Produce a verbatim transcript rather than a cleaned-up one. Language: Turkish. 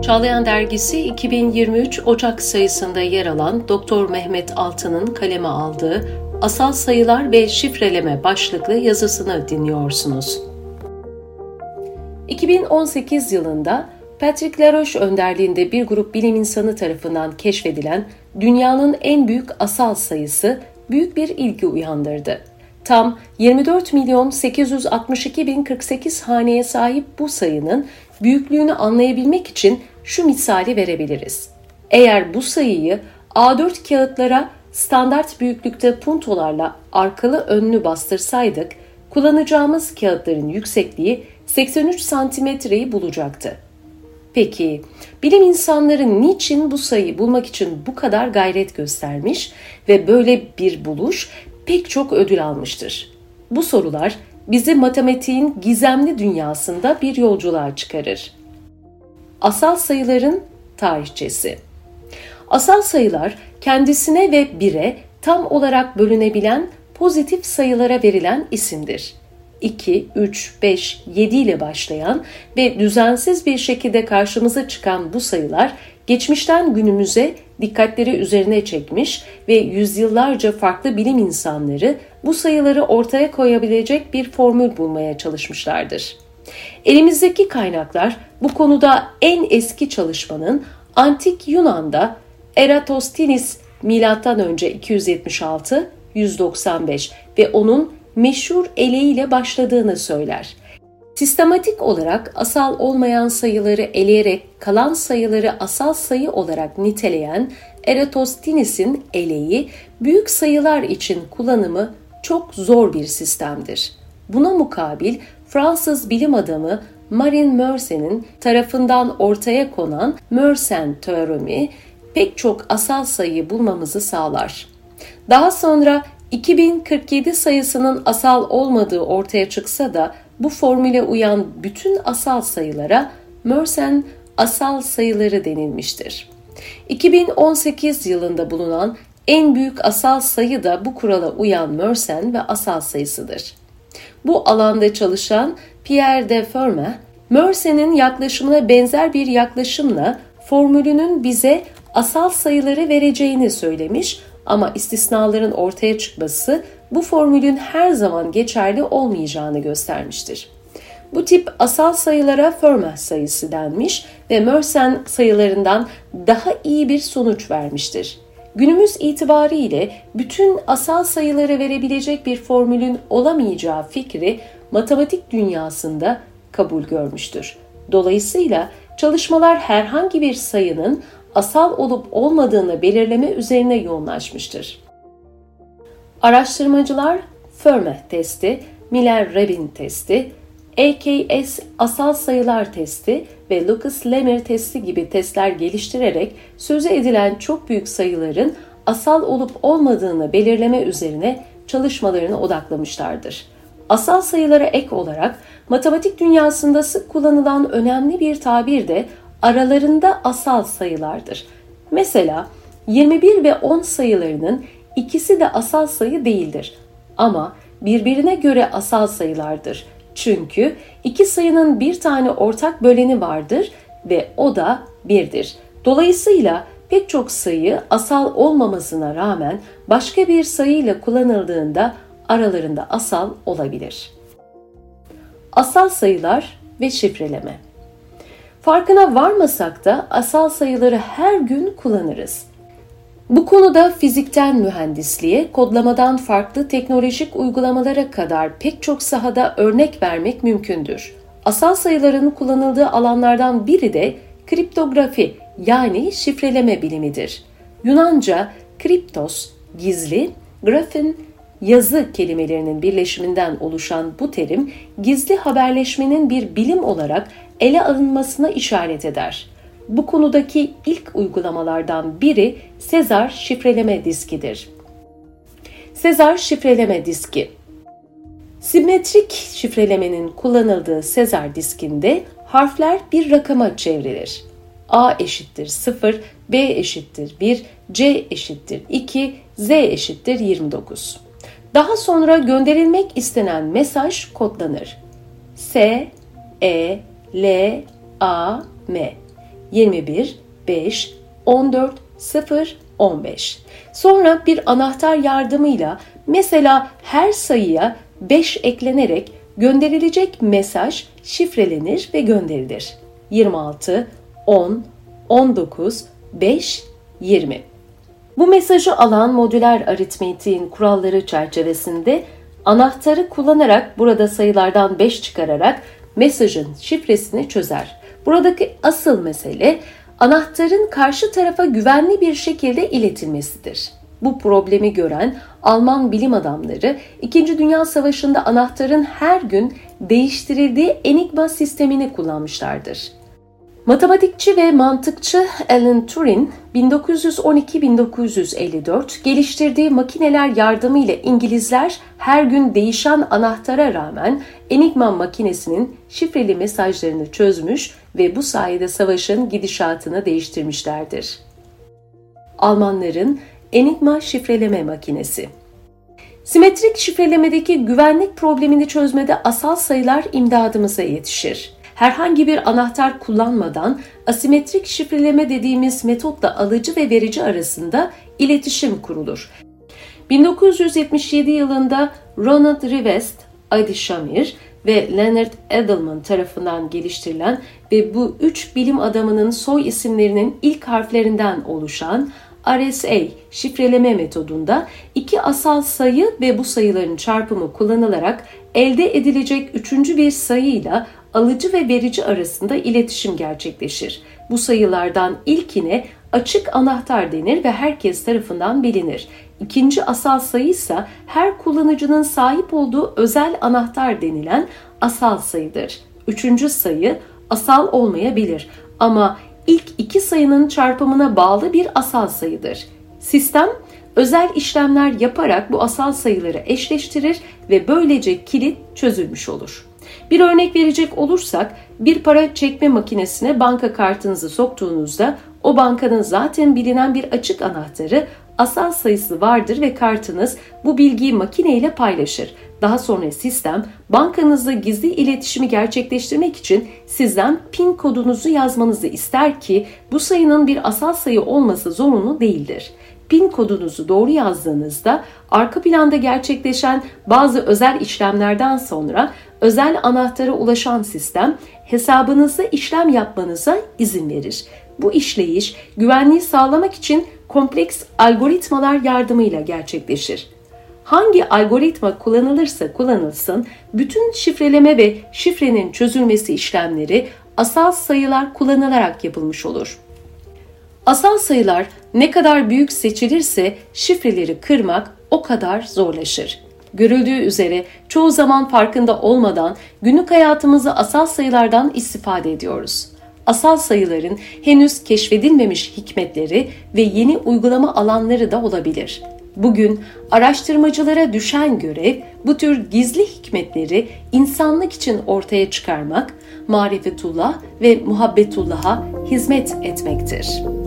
Çağlayan Dergisi iki bin yirmi üç Ocak sayısında yer alan Doktor Mehmet Altan'ın kaleme aldığı Asal Sayılar ve Şifreleme başlıklı yazısını dinliyorsunuz. iki bin on sekiz yılında Patrick Laroche önderliğinde bir grup bilim insanı tarafından keşfedilen dünyanın en büyük asal sayısı büyük bir ilgi uyandırdı. Tam yirmi dört milyon sekiz yüz altmış iki bin kırk sekiz haneye sahip bu sayının büyüklüğünü anlayabilmek için şu misali verebiliriz. Eğer bu sayıyı A dört kağıtlara standart büyüklükte puntolarla arkalı önlü bastırsaydık, kullanacağımız kağıtların yüksekliği seksen üç santimetreyi bulacaktı. Peki, bilim insanları niçin bu sayıyı bulmak için bu kadar gayret göstermiş ve böyle bir buluş pek çok ödül almıştır? Bu sorular bizi matematiğin gizemli dünyasında bir yolculuğa çıkarır. Asal sayıların tarihçesi. Asal sayılar kendisine ve bire tam olarak bölünebilen pozitif sayılara verilen isimdir. iki, üç, beş, yedi ile başlayan ve düzensiz bir şekilde karşımıza çıkan bu sayılar geçmişten günümüze dikkatleri üzerine çekmiş ve yüzyıllarca farklı bilim insanları bu sayıları ortaya koyabilecek bir formül bulmaya çalışmışlardır. Elimizdeki kaynaklar bu konuda en eski çalışmanın Antik Yunan'da Eratosthenes milattan önce iki yüz yetmiş altı - yüz doksan beş ve onun meşhur eleğiyle başladığını söyler. Sistematik olarak asal olmayan sayıları eleyerek kalan sayıları asal sayı olarak niteleyen Eratosthenes'in eleği büyük sayılar için kullanımı çok zor bir sistemdir. Buna mukabil Fransız bilim adamı Marin Mersenne tarafından ortaya konan Mersenne teoremi pek çok asal sayıyı bulmamızı sağlar. Daha sonra iki bin kırk yedi sayısının asal olmadığı ortaya çıksa da bu formüle uyan bütün asal sayılara Mersenne asal sayıları denilmiştir. iki bin on sekiz yılında bulunan en büyük asal sayı da bu kurala uyan Mersenne ve asal sayısıdır. Bu alanda çalışan Pierre de Fermat, Mersenne'in yaklaşımına benzer bir yaklaşımla formülünün bize asal sayıları vereceğini söylemiş ama istisnaların ortaya çıkması bu formülün her zaman geçerli olmayacağını göstermiştir. Bu tip asal sayılara Fermat sayısı denmiş ve Mersenne sayılarından daha iyi bir sonuç vermiştir. Günümüz itibariyle bütün asal sayıları verebilecek bir formülün olamayacağı fikri matematik dünyasında kabul görmüştür. Dolayısıyla çalışmalar herhangi bir sayının asal olup olmadığını belirleme üzerine yoğunlaşmıştır. Araştırmacılar Fermat testi, Miller-Rabin testi, A K S asal sayılar testi ve Lucas-Lehmer testi gibi testler geliştirerek sözü edilen çok büyük sayıların asal olup olmadığını belirleme üzerine çalışmalarına odaklamışlardır. Asal sayılara ek olarak matematik dünyasında sık kullanılan önemli bir tabir de aralarında asal sayılardır. Mesela yirmi bir ve on sayılarının ikisi de asal sayı değildir ama birbirine göre asal sayılardır. Çünkü iki sayının bir tane ortak böleni vardır ve o da birdir. Dolayısıyla pek çok sayı asal olmamasına rağmen başka bir sayıyla kullanıldığında aralarında asal olabilir. Asal sayılar ve şifreleme. Farkına varmasak da asal sayıları her gün kullanırız. Bu konuda fizikten mühendisliğe, kodlamadan farklı teknolojik uygulamalara kadar pek çok sahada örnek vermek mümkündür. Asal sayıların kullanıldığı alanlardan biri de kriptografi yani şifreleme bilimidir. Yunanca kriptos, gizli, grafin, yazı kelimelerinin birleşiminden oluşan bu terim, gizli haberleşmenin bir bilim olarak ele alınmasına işaret eder. Bu konudaki ilk uygulamalardan biri Sezar şifreleme diskidir. Sezar şifreleme diski. Simetrik şifrelemenin kullanıldığı Sezar diskinde harfler bir rakama çevrilir. A eşittir sıfır, B eşittir bir, C eşittir iki, Z eşittir yirmi dokuz. Daha sonra gönderilmek istenen mesaj kodlanır. S, E, L, A, M. yirmi bir, beş, on dört, sıfır, on beş. Sonra bir anahtar yardımıyla mesela her sayıya beş eklenerek gönderilecek mesaj şifrelenir ve gönderilir. yirmi altı, on, on dokuz, beş, yirmi. Bu mesajı alan modüler aritmetiğin kuralları çerçevesinde anahtarı kullanarak burada sayılardan beş çıkararak mesajın şifresini çözer. Buradaki asıl mesele anahtarın karşı tarafa güvenli bir şekilde iletilmesidir. Bu problemi gören Alman bilim adamları İkinci Dünya Savaşı'nda anahtarın her gün değiştirildiği Enigma sistemini kullanmışlardır. Matematikçi ve mantıkçı Alan Turing bin dokuz yüz on iki - bin dokuz yüz elli dört geliştirdiği makineler yardımıyla İngilizler her gün değişen anahtara rağmen Enigma makinesinin şifreli mesajlarını çözmüş ve bu sayede savaşın gidişatını değiştirmişlerdir. Almanların Enigma şifreleme makinesi. Simetrik şifrelemedeki güvenlik problemini çözmede asal sayılar imdadımıza yetişir. Herhangi bir anahtar kullanmadan asimetrik şifreleme dediğimiz metotla alıcı ve verici arasında iletişim kurulur. bin dokuz yüz yetmiş yedi yılında Ronald Rivest, Adi Shamir ve Leonard Edelman tarafından geliştirilen ve bu üç bilim adamının soy isimlerinin ilk harflerinden oluşan R S A şifreleme metodunda iki asal sayı ve bu sayıların çarpımı kullanılarak elde edilecek üçüncü bir sayıyla alıcı ve verici arasında iletişim gerçekleşir. Bu sayılardan ilkine açık anahtar denir ve herkes tarafından bilinir. İkinci asal sayı ise her kullanıcının sahip olduğu özel anahtar denilen asal sayıdır. Üçüncü sayı asal olmayabilir ama ilk iki sayının çarpımına bağlı bir asal sayıdır. Sistem özel işlemler yaparak bu asal sayıları eşleştirir ve böylece kilit çözülmüş olur. Bir örnek verecek olursak, bir para çekme makinesine banka kartınızı soktuğunuzda o bankanın zaten bilinen bir açık anahtarı, asal sayısı vardır ve kartınız bu bilgiyi makineyle paylaşır. Daha sonra sistem bankanızla gizli iletişimi gerçekleştirmek için sizden PIN kodunuzu yazmanızı ister ki bu sayının bir asal sayı olması zorunlu değildir. PIN kodunuzu doğru yazdığınızda arka planda gerçekleşen bazı özel işlemlerden sonra özel anahtara ulaşan sistem hesabınızda işlem yapmanıza izin verir. Bu işleyiş güvenliği sağlamak için kompleks algoritmalar yardımıyla gerçekleşir. Hangi algoritma kullanılırsa kullanılsın, bütün şifreleme ve şifrenin çözülmesi işlemleri asal sayılar kullanılarak yapılmış olur. Asal sayılar ne kadar büyük seçilirse şifreleri kırmak o kadar zorlaşır. Görüldüğü üzere çoğu zaman farkında olmadan günlük hayatımızda asal sayılardan istifade ediyoruz. Asal sayıların henüz keşfedilmemiş hikmetleri ve yeni uygulama alanları da olabilir. Bugün araştırmacılara düşen görev bu tür gizli hikmetleri insanlık için ortaya çıkarmak, marifetullah ve muhabbetullah'a hizmet etmektir.